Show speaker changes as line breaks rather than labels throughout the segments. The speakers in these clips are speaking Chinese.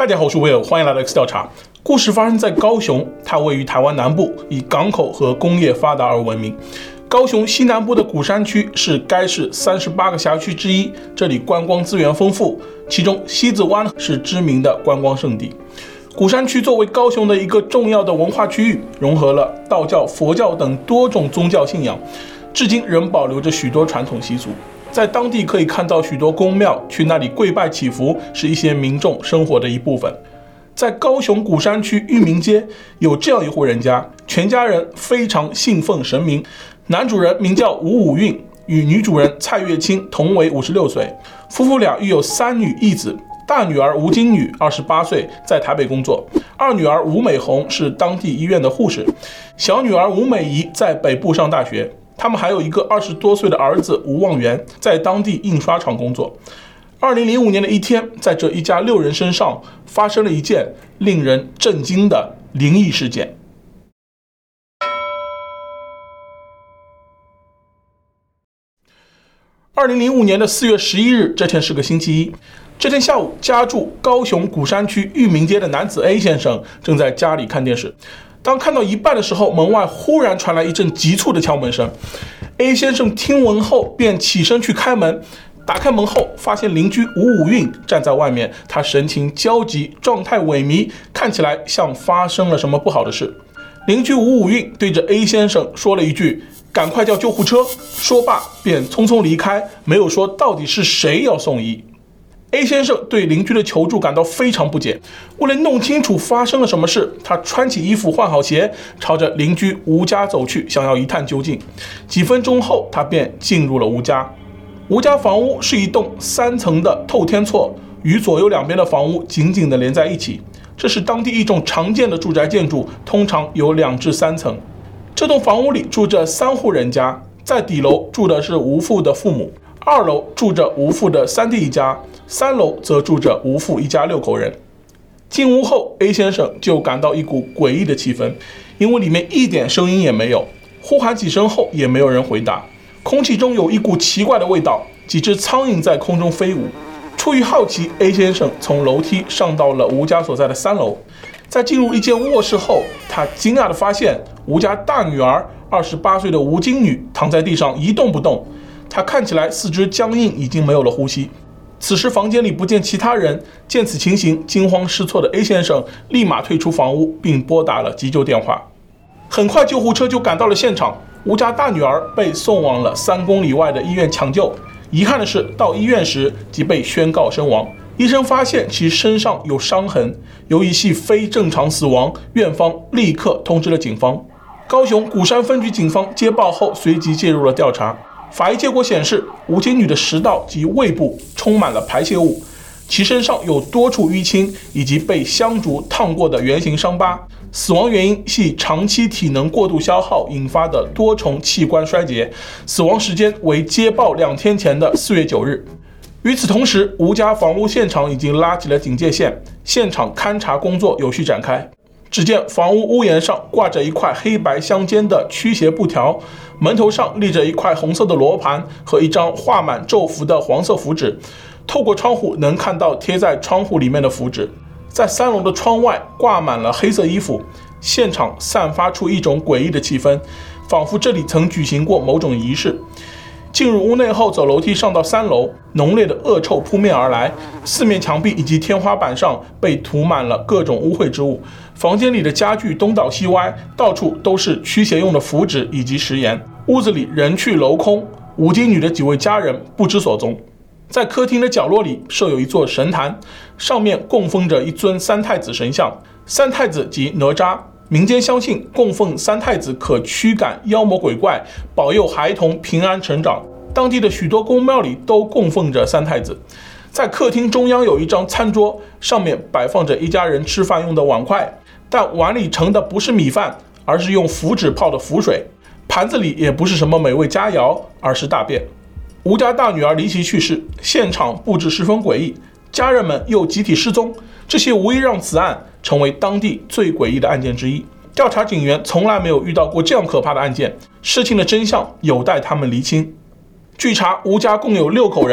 大家好，我是威尔，欢迎来到 X 调查。故事发生在高雄，它位于台湾南部，以港口和工业发达而闻名。高雄西南部的鼓山区是该市38个辖区之一，这里观光资源丰富，其中西子湾是知名的观光胜地。鼓山区作为高雄的一个重要的文化区域，融合了道教、佛教等多种宗教信仰，至今仍保留着许多传统习俗。在当地可以看到许多宫庙，去那里跪拜祈福是一些民众生活的一部分。在高雄鼓山区裕民街有这样一户人家，全家人非常信奉神明，男主人名叫吴武运，与女主人蔡月清同为56岁，夫妇俩育有3女1子。大女儿吴金女28岁，在台北工作；二女儿吴美红是当地医院的护士，小女儿吴美仪在北部上大学。他们还有一个20多岁的儿子吴望元，在当地印刷厂工作。2005年的一天，在这一家6人身上发生了一件令人震惊的灵异事件。2005年的4月11日，这天是个星期一。这天下午，家住高雄鼓山区裕民街的男子 A 先生正在家里看电视。当看到一半的时候，门外忽然传来一阵急促的敲门声。A 先生听闻后便起身去开门，打开门后发现邻居吴武运站在外面，他神情焦急，状态萎靡，看起来像发生了什么不好的事。邻居吴武运对着 A 先生说了一句：“赶快叫救护车。”说罢便匆匆离开，没有说到底是谁要送医。A 先生对邻居的求助感到非常不解，为了弄清楚发生了什么事，他穿起衣服换好鞋，朝着邻居吴家走去，想要一探究竟。几分钟后，他便进入了吴家。吴家房屋是一栋3层的透天厝，与左右两边的房屋紧紧地连在一起，这是当地一种常见的住宅建筑，通常有2至3层。这栋房屋里住着3户人家，在底楼住的是吴父的父母，2楼住着吴父的3弟一家，3楼则住着吴父一家6口人。进屋后 ，A 先生就感到一股诡异的气氛，因为里面一点声音也没有，呼喊几声后也没有人回答，空气中有一股奇怪的味道，几只苍蝇在空中飞舞。出于好奇 ，A 先生从楼梯上到了吴家所在的3楼。在进入一间卧室后，他惊讶地发现吴家大女儿28岁的吴金女躺在地上一动不动，她看起来四肢僵硬，已经没有了呼吸。此时房间里不见其他人，见此情形，惊慌失措的 A 先生立马退出房屋，并拨打了急救电话。很快救护车就赶到了现场，吴家大女儿被送往了3公里外的医院抢救。遗憾的是，到医院时即被宣告身亡。医生发现其身上有伤痕，由于系非正常死亡，院方立刻通知了警方。高雄鼓山分局警方接报后随即介入了调查。法医结果显示，吴金女的食道及胃部充满了排泄物，其身上有多处淤青以及被香烛烫过的圆形伤疤。死亡原因系长期体能过度消耗引发的多重器官衰竭，死亡时间为接报2天前的4月9日。与此同时，吴家房屋现场已经拉起了警戒线，现场勘查工作有序展开。只见房屋屋檐上挂着一块黑白相间的驱邪布条，门头上立着一块红色的罗盘和一张画满咒符的黄色符纸，透过窗户能看到贴在窗户里面的符纸。在3楼的窗外挂满了黑色衣服，现场散发出一种诡异的气氛，仿佛这里曾举行过某种仪式。进入屋内后，走楼梯上到3楼，浓烈的恶臭扑面而来，四面墙壁以及天花板上被涂满了各种污秽之物，房间里的家具东倒西歪，到处都是驱邪用的符纸以及食盐。屋子里人去楼空，吴金女的几位家人不知所踪。在客厅的角落里设有一座神坛，上面供奉着一尊三太子神像。三太子即哪吒，民间相信供奉三太子可驱赶妖魔鬼怪，保佑孩童平安成长。当地的许多宫庙里都供奉着三太子。在客厅中央有一张餐桌，上面摆放着一家人吃饭用的碗筷，但碗里盛的不是米饭，而是用符纸泡的符水。盘子里也不是什么美味佳肴，而是大便。吴家大女儿离奇去世，现场布置十分诡异，家人们又集体失踪，这些无疑让此案成为当地最诡异的案件之一。调查警员从来没有遇到过这样可怕的案件，事情的真相有待他们厘清。据查，吴家共有6口人，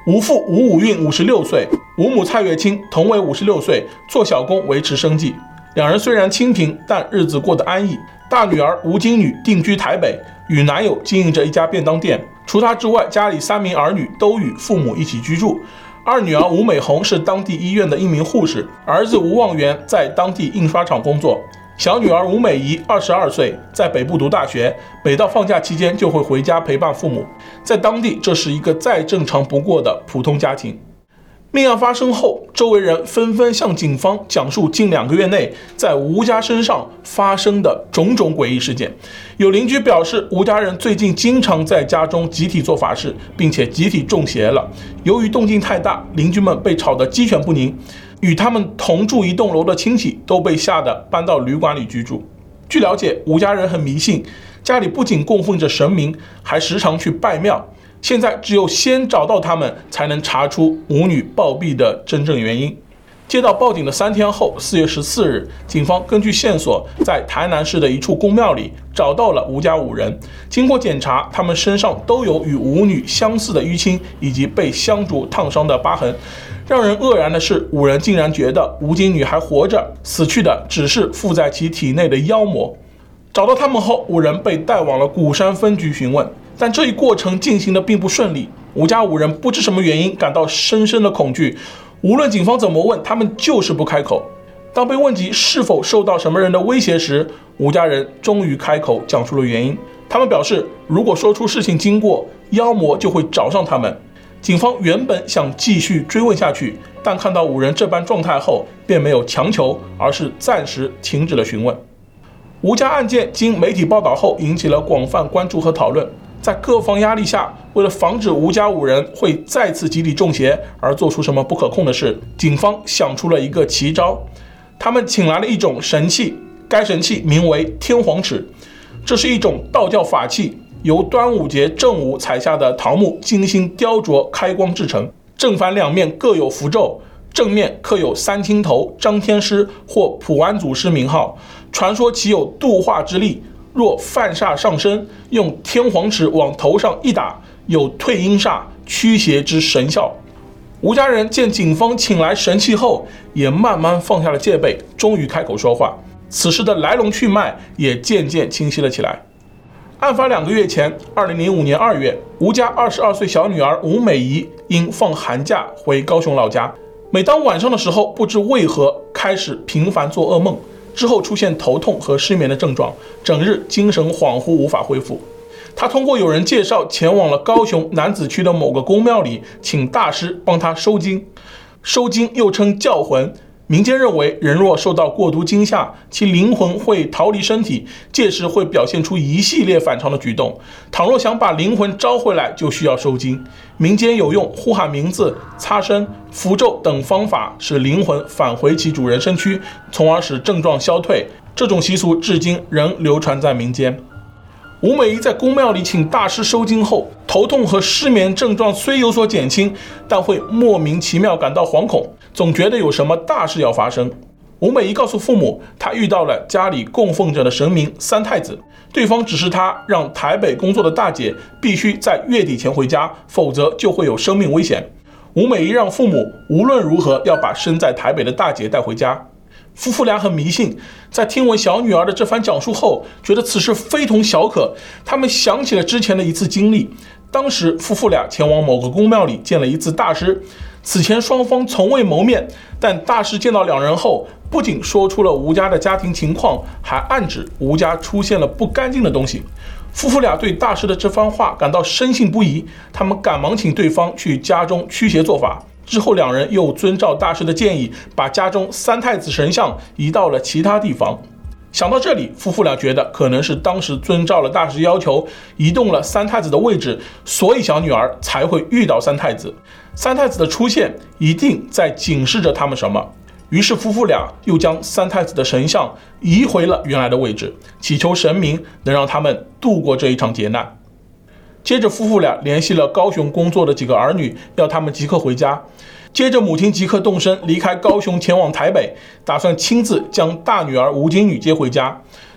吴父吴武运56岁，吴母蔡月清同为56岁，做小工维持生计。两人虽然清贫，但日子过得安逸。大女儿吴金女定居台北，与男友经营着一家便当店。除她之外，家里3名儿女都与父母一起居住。二女儿吴美红是当地医院的一名护士，儿子吴望元在当地印刷厂工作。小女儿吴美仪22岁，在北部读大学，每到放假期间就会回家陪伴父母。在当地，这是一个再正常不过的普通家庭。命案发生后，周围人纷纷向警方讲述近2个月内在吴家身上发生的种种诡异事件。有邻居表示，吴家人最近经常在家中集体做法事，并且集体中邪了。由于动静太大，邻居们被吵得鸡犬不宁，与他们同住一栋楼的亲戚都被吓得搬到旅馆里居住。据了解，吴家人很迷信，家里不仅供奉着神明，还时常去拜庙。现在只有先找到他们，才能查出母女暴毙的真正原因。接到报警的3天后，4月14日，警方根据线索，在台南市的一处公庙里找到了吴家5人。经过检查，他们身上都有与吴女相似的淤青，以及被香烛烫伤的疤痕。让人愕然的是，5人竟然觉得吴金女还活着，死去的只是附在其体内的妖魔。找到他们后，5人被带往了鼓山分局询问。但这一过程进行的并不顺利，吴家5人不知什么原因感到深深的恐惧，无论警方怎么问，他们就是不开口。当被问及是否受到什么人的威胁时，吴家人终于开口讲出了原因。他们表示，如果说出事情经过，妖魔就会找上他们。警方原本想继续追问下去，但看到5人这般状态后，便没有强求，而是暂时停止了询问。吴家案件经媒体报道后，引起了广泛关注和讨论。在各方压力下，为了防止吴家5人会再次集体中邪而做出什么不可控的事，警方想出了一个奇招。他们请来了一种神器，该神器名为天皇尺。这是一种道教法器，由端午节正午采下的桃木精心雕琢开光制成，正反两面各有符咒，正面刻有三清头、张天师或普安祖师名号，传说其有度化之力。若犯煞上身，用天皇尺往头上一打，有退阴煞、驱邪之神效。吴家人见警方请来神器后，也慢慢放下了戒备，终于开口说话。此事的来龙去脉也渐渐清晰了起来。案发2个月前，2005年2月，吴家22岁小女儿吴美仪因放寒假回高雄老家，每当晚上的时候，不知为何开始频繁做噩梦。之后出现头痛和失眠的症状，整日精神恍惚，无法恢复。他通过有人介绍，前往了高雄楠梓区的某个宫庙里，请大师帮他收惊。收惊又称叫魂，民间认为人若受到过度惊吓，其灵魂会逃离身体，届时会表现出一系列反常的举动。倘若想把灵魂招回来，就需要收惊。民间有用呼喊名字、擦身、符咒等方法，使灵魂返回其主人身躯，从而使症状消退。这种习俗至今仍流传在民间。吴美仪在宫庙里请大师收惊后，头痛和失眠症状虽有所减轻，但会莫名其妙感到惶恐，总觉得有什么大事要发生。吴美仪告诉父母，她遇到了家里供奉着的神明三太子，对方指示她让台北工作的大姐必须在月底前回家，否则就会有生命危险。吴美仪让父母无论如何要把身在台北的大姐带回家。夫妇俩很迷信，在听闻小女儿的这番讲述后，觉得此事非同小可。他们想起了之前的一次经历，当时夫妇俩前往某个宫庙里见了一次大师，此前双方从未谋面，但大师见到两人后，不仅说出了吴家的家庭情况，还暗指吴家出现了不干净的东西。夫妇俩对大师的这番话感到深信不疑，他们赶忙请对方去家中驱邪做法。之后两人又遵照大师的建议，把家中三太子神像移到了其他地方。想到这里，夫妇俩觉得可能是当时遵照了大师要求，移动了三太子的位置，所以小女儿才会遇到三太子。三太子的出现一定在警示着他们什么。于是夫妇俩又将三太子的神像移回了原来的位置，祈求神明能让他们度过这一场劫难。接着夫妇俩联系了高雄工作的几个儿女，要他们即刻回家。接着母亲即刻动身离开高雄前往台北，打算亲自将大女儿吴金女接回家。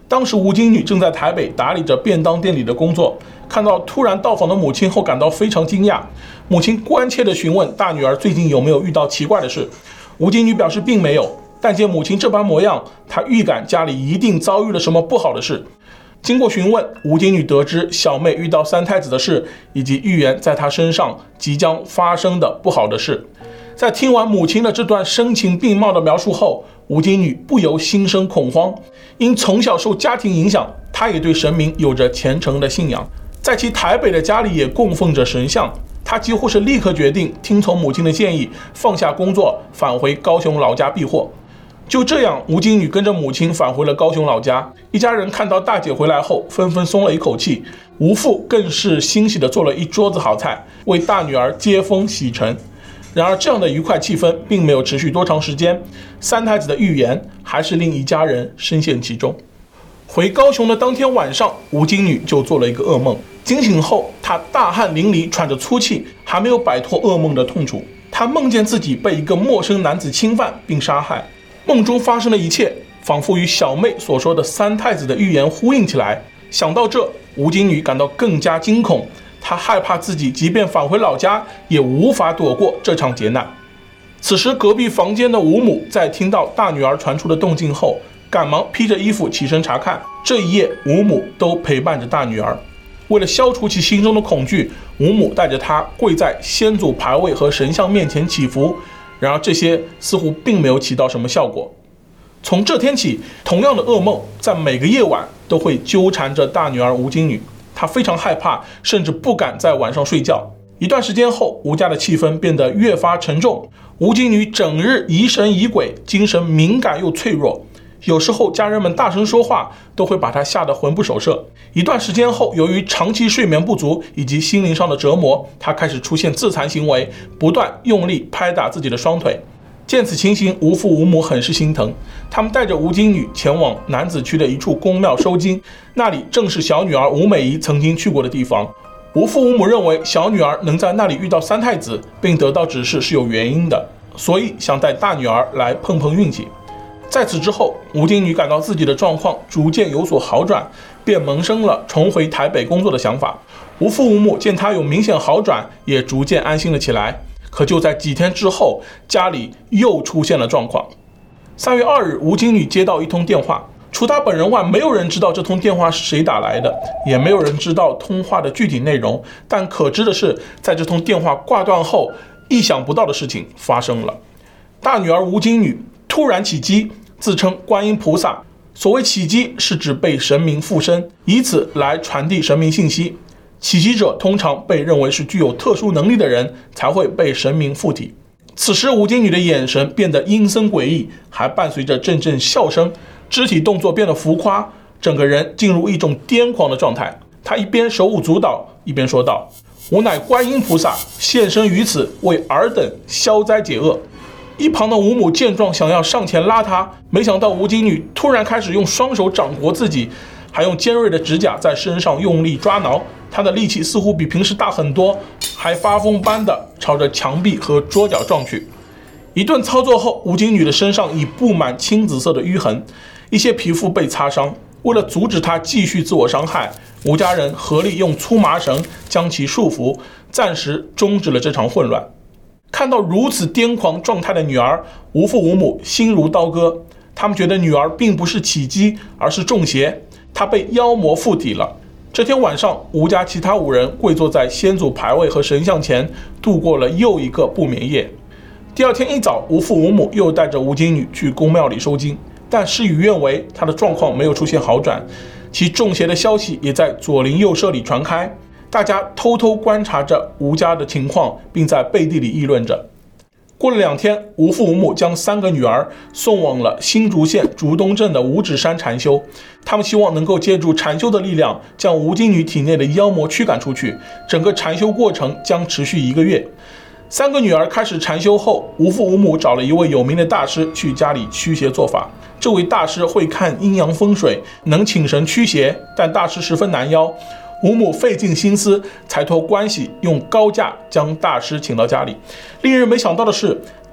当时吴金女正在台北打理着便当店里的工作，看到突然到访的母亲后感到非常惊讶。母亲关切地询问大女儿最近有没有遇到奇怪的事。吴金女表示并没有，但见母亲这般模样，她预感家里一定遭遇了什么不好的事。经过询问，吴金女得知小妹遇到三太子的事，以及预言在她身上即将发生的不好的事。在听完母亲的这段声情并茂的描述后，吴金女不由心生恐慌。因从小受家庭影响，她也对神明有着虔诚的信仰，在其台北的家里也供奉着神像。她几乎是立刻决定听从母亲的建议，放下工作，返回高雄老家避祸。就这样，吴金女跟着母亲返回了高雄老家。一家人看到大姐回来后，纷纷松了一口气。吴父更是欣喜地做了一桌子好菜，为大女儿接风洗尘。然而，这样的愉快气氛并没有持续多长时间，三太子的预言还是令一家人深陷其中。回高雄的当天晚上，吴金女就做了一个噩梦。惊醒后，她大汗淋漓，喘着粗气，还没有摆脱噩梦的痛楚。她梦见自己被一个陌生男子侵犯并杀害。梦中发生的一切，仿佛与小妹所说的三太子的预言呼应起来。想到这，吴金女感到更加惊恐。她害怕自己即便返回老家，也无法躲过这场劫难。此时，隔壁房间的吴母在听到大女儿传出的动静后，赶忙披着衣服起身查看。这一夜，吴母都陪伴着大女儿。为了消除其心中的恐惧，吴母带着她跪在先祖牌位和神像面前祈福。然而，这些似乎并没有起到什么效果。从这天起，同样的噩梦在每个夜晚都会纠缠着大女儿吴金女。她非常害怕，甚至不敢在晚上睡觉。一段时间后，吴家的气氛变得越发沉重。吴金女整日疑神疑鬼，精神敏感又脆弱。有时候家人们大声说话，都会把她吓得魂不守舍。一段时间后，由于长期睡眠不足以及心灵上的折磨，她开始出现自残行为，不断用力拍打自己的双腿。见此情形，吴父吴母很是心疼，他们带着吴金女前往楠梓区的一处公庙收金，那里正是小女儿吴美仪曾经去过的地方。吴父吴母认为小女儿能在那里遇到三太子，并得到指示是有原因的，所以想带大女儿来碰碰运气。在此之后，吴金女感到自己的状况逐渐有所好转，便萌生了重回台北工作的想法。吴父吴母见她有明显好转，也逐渐安心了起来。可就在几天之后，家里又出现了状况。3月2日，吴金女接到一通电话，除她本人外，没有人知道这通电话是谁打来的，也没有人知道通话的具体内容。但可知的是，在这通电话挂断后，意想不到的事情发生了。大女儿吴金女突然起乩，自称观音菩萨。所谓起乩，是指被神明附身，以此来传递神明信息。起乩者通常被认为是具有特殊能力的人，才会被神明附体。此时吴金女的眼神变得阴森诡异，还伴随着阵阵笑声，肢体动作变得浮夸，整个人进入一种癫狂的状态。她一边手舞足蹈，一边说道：“我乃观音菩萨，现身于此，为尔等消灾解厄。”一旁的吴母见状，想要上前拉她，没想到吴金女突然开始用双手掌掴自己，还用尖锐的指甲在身上用力抓挠。她的力气似乎比平时大很多，还发疯般的朝着墙壁和桌角撞去。一顿操作后，吴金女的身上已布满青紫色的淤痕，一些皮肤被擦伤。为了阻止她继续自我伤害，吴家人合力用粗麻绳将其束缚，暂时终止了这场混乱。看到如此癫狂状态的女儿，吴父吴母心如刀割。他们觉得女儿并不是起乩，而是中邪，她被妖魔附体了。这天晚上，吴家其他5人跪坐在先祖牌位和神像前，度过了又一个不眠夜。第二天一早，吴父吴母又带着吴金女去公庙里收金，但事与愿违，她的状况没有出现好转，其中邪的消息也在左邻右舍里传开。大家偷偷观察着吴家的情况，并在背地里议论着。过了2天，吴父吴母将3个女儿送往了新竹县竹东镇的五指山禅修。他们希望能够借助禅修的力量，将吴金女体内的妖魔驱赶出去。整个禅修过程将持续1个月。3个女儿开始禅修后，吴父吴母找了一位有名的大师去家里驱邪做法。这位大师会看阴阳风水，能请神驱邪，但大师十分难邀。吴母费尽心思，才托关系用高价将大师请到家里。令人没想到的是，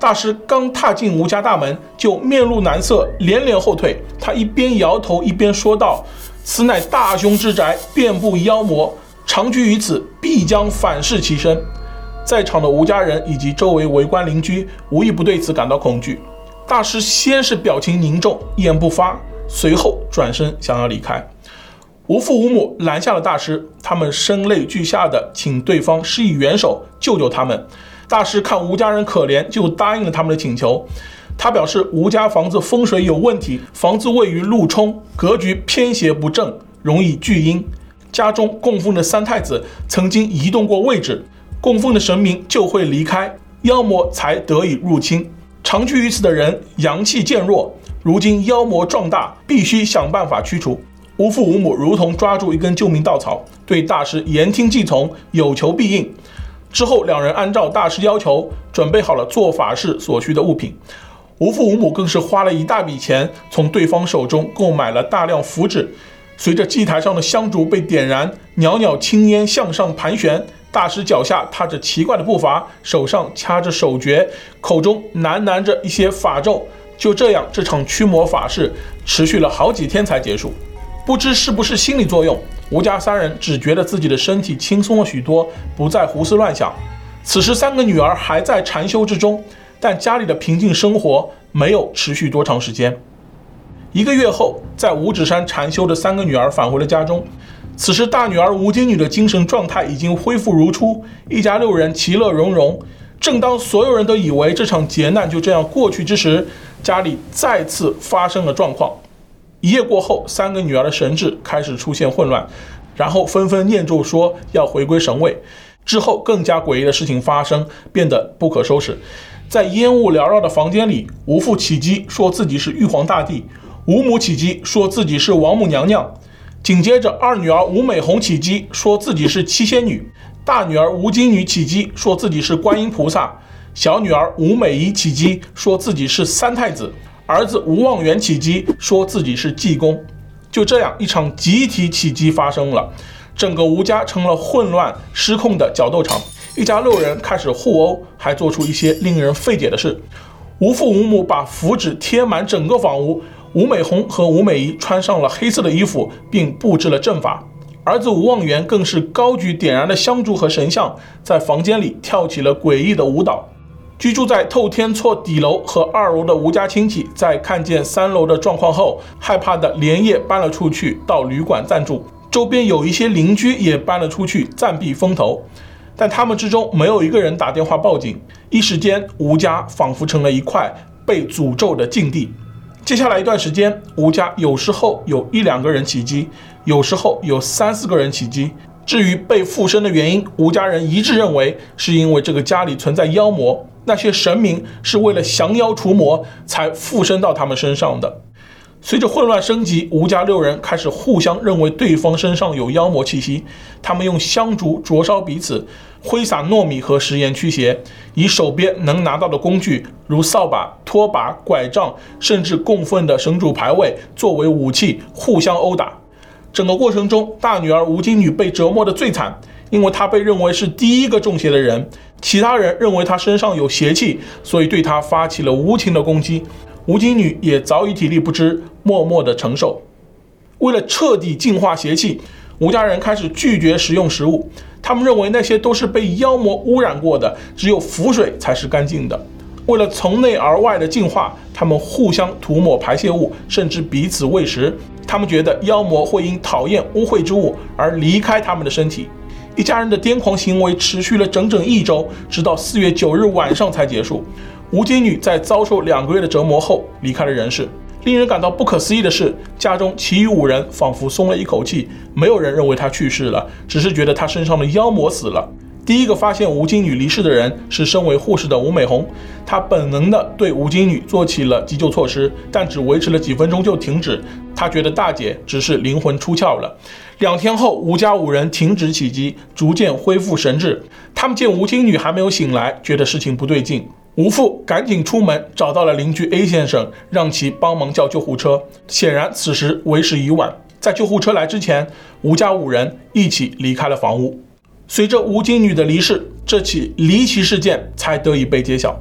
大师刚踏进吴家大门，就面露难色，连连后退。他一边摇头一边说道：“此乃大凶之宅，遍布妖魔，长居于此，必将反噬其身。”在场的吴家人以及周围围观邻居无一不对此感到恐惧。大师先是表情凝重，一言不发，随后转身想要离开。吴父吴母拦下了大师，他们声泪俱下的请对方施以援手，救救他们。大师看吴家人可怜，就答应了他们的请求。他表示吴家房子风水有问题，房子位于路冲，格局偏斜不正，容易聚阴。家中供奉的三太子曾经移动过位置，供奉的神明就会离开，妖魔才得以入侵。长居于此的人阳气渐弱，如今妖魔壮大，必须想办法驱除。吴父吴母如同抓住一根救命稻草，对大师言听计从，有求必应。之后两人按照大师要求准备好了做法事所需的物品。吴父吴母更是花了一大笔钱，从对方手中购买了大量符纸。随着祭台上的香烛被点燃，袅袅青烟向上盘旋，大师脚下踏着奇怪的步伐，手上掐着手诀，口中喃喃着一些法咒。就这样，这场驱魔法事持续了好几天才结束。不知是不是心理作用，吴家三人只觉得自己的身体轻松了许多，不再胡思乱想。此时三个女儿还在禅修之中，但家里的平静生活没有持续多长时间。1个月后，在五指山禅修的3个女儿返回了家中。此时大女儿吴金女的精神状态已经恢复如初，一家6人其乐融融。正当所有人都以为这场劫难就这样过去之时，家里再次发生了状况。1夜过后，3个女儿的神智开始出现混乱，然后纷纷念咒说要回归神位。之后更加诡异的事情发生，变得不可收拾。在烟雾缭绕的房间里，吴父起乩说自己是玉皇大帝，吴母起乩说自己是王母娘娘。紧接着二女儿吴美红起乩说自己是七仙女，大女儿吴金女起乩说自己是观音菩萨，小女儿吴美仪起乩说自己是三太子，儿子吴望元起乩说自己是济公。就这样一场集体起乩发生了，整个吴家成了混乱失控的角斗场。一家6人开始互殴，还做出一些令人费解的事。吴父吴母把符纸贴满整个房屋，吴美红和吴美仪穿上了黑色的衣服，并布置了阵法。儿子吴望元更是高举点燃的香烛和神像，在房间里跳起了诡异的舞蹈。居住在透天厝底楼和2楼的吴家亲戚，在看见3楼的状况后，害怕的连夜搬了出去，到旅馆暂住。周边有一些邻居也搬了出去，暂避风头。但他们之中没有一个人打电话报警，一时间吴家仿佛成了一块被诅咒的禁地。接下来一段时间，吴家有时候有1-2个人起乩，有时候有3-4个人起乩。至于被附身的原因，吴家人一致认为是因为这个家里存在妖魔，那些神明是为了降妖除魔才附身到他们身上的。随着混乱升级，吴家6人开始互相认为对方身上有妖魔气息，他们用香烛灼烧彼此，挥洒糯米和食盐驱邪，以手边能拿到的工具如扫把、拖把、拐杖，甚至供奉的神主牌位作为武器互相殴打。整个过程中，大女儿吴金女被折磨得最惨，因为她被认为是第一个中邪的人，其他人认为她身上有邪气，所以对她发起了无情的攻击。吴金女也早已体力不支，默默地承受。为了彻底净化邪气，吴家人开始拒绝食用食物，他们认为那些都是被妖魔污染过的，只有符水才是干净的。为了从内而外的净化，他们互相涂抹排泄物，甚至彼此喂食。他们觉得妖魔会因讨厌污秽之物而离开他们的身体。一家人的癫狂行为持续了整整1周，直到4月9日晚上才结束。吴金女在遭受2个月的折磨后离开了人世。令人感到不可思议的是，家中其余5人仿佛松了一口气，没有人认为她去世了，只是觉得她身上的妖魔死了。第一个发现吴金女离世的人是身为护士的吴美红，她本能地对吴金女做起了急救措施，但只维持了几分钟就停止。她觉得大姐只是灵魂出窍了。2天后，吴家5人停止起乩，逐渐恢复神智。他们见吴金女还没有醒来，觉得事情不对劲。吴父赶紧出门找到了邻居 A 先生，让其帮忙叫救护车。显然此时为时已晚，在救护车来之前，吴家5人一起离开了房屋。随着吴金女的离世，这起离奇事件才得以被揭晓。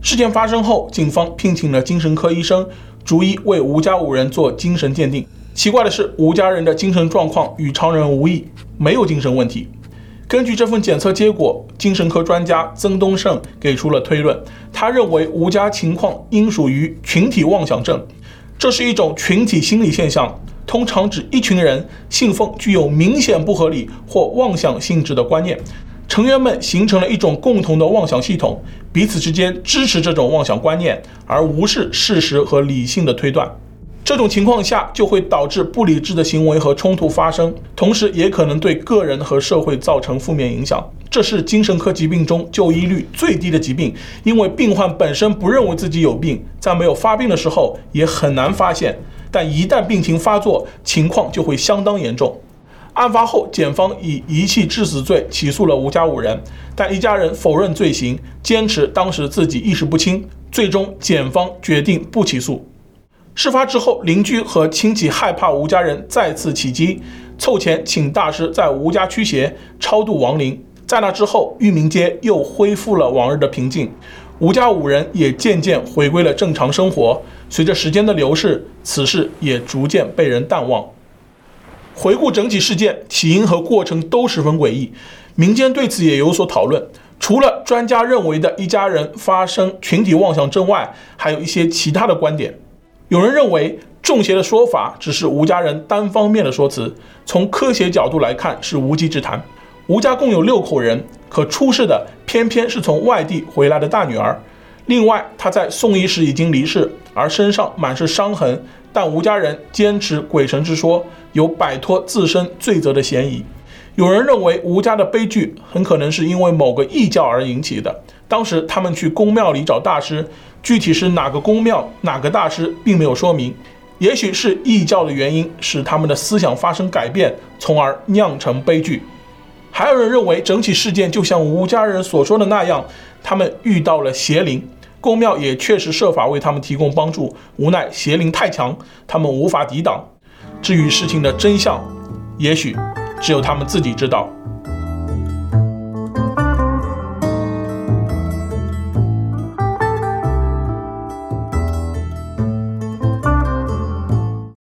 事件发生后，警方聘请了精神科医生，逐一为吴家5人做精神鉴定。奇怪的是，吴家人的精神状况与常人无异，没有精神问题。根据这份检测结果，精神科专家曾东胜给出了推论，他认为吴家情况应属于群体妄想症。这是一种群体心理现象，通常指一群人信奉具有明显不合理或妄想性质的观念，成员们形成了一种共同的妄想系统，彼此之间支持这种妄想观念，而无视事实和理性的推断。这种情况下就会导致不理智的行为和冲突发生，同时也可能对个人和社会造成负面影响。这是精神科疾病中就医率最低的疾病，因为病患本身不认为自己有病，在没有发病的时候也很难发现，但一旦病情发作，情况就会相当严重。案发后，检方以遗弃致死罪起诉了吴家5人，但一家人否认罪行，坚持当时自己意识不清，最终检方决定不起诉。事发之后，邻居和亲戚害怕吴家人再次起击，凑钱请大师在吴家驱邪超度亡灵。在那之后，裕民街又恢复了往日的平静，吴家5人也渐渐回归了正常生活。随着时间的流逝，此事也逐渐被人淡忘。回顾整起事件，起因和过程都十分诡异，民间对此也有所讨论。除了专家认为的一家人发生群体妄想症外，还有一些其他的观点。有人认为中邪的说法只是吴家人单方面的说辞，从科学角度来看是无稽之谈。吴家共有6口人，可出事的偏偏是从外地回来的大女儿。另外，她在送医时已经离世，而身上满是伤痕，但吴家人坚持鬼神之说，有摆脱自身罪责的嫌疑。有人认为吴家的悲剧很可能是因为某个异教而引起的。当时他们去宫庙里找大师，具体是哪个宫庙哪个大师并没有说明，也许是异教的原因使他们的思想发生改变，从而酿成悲剧。还有人认为整起事件就像吴家人所说的那样，他们遇到了邪灵，宫庙也确实设法为他们提供帮助，无奈邪灵太强，他们无法抵挡。至于事情的真相，也许只有他们自己知道。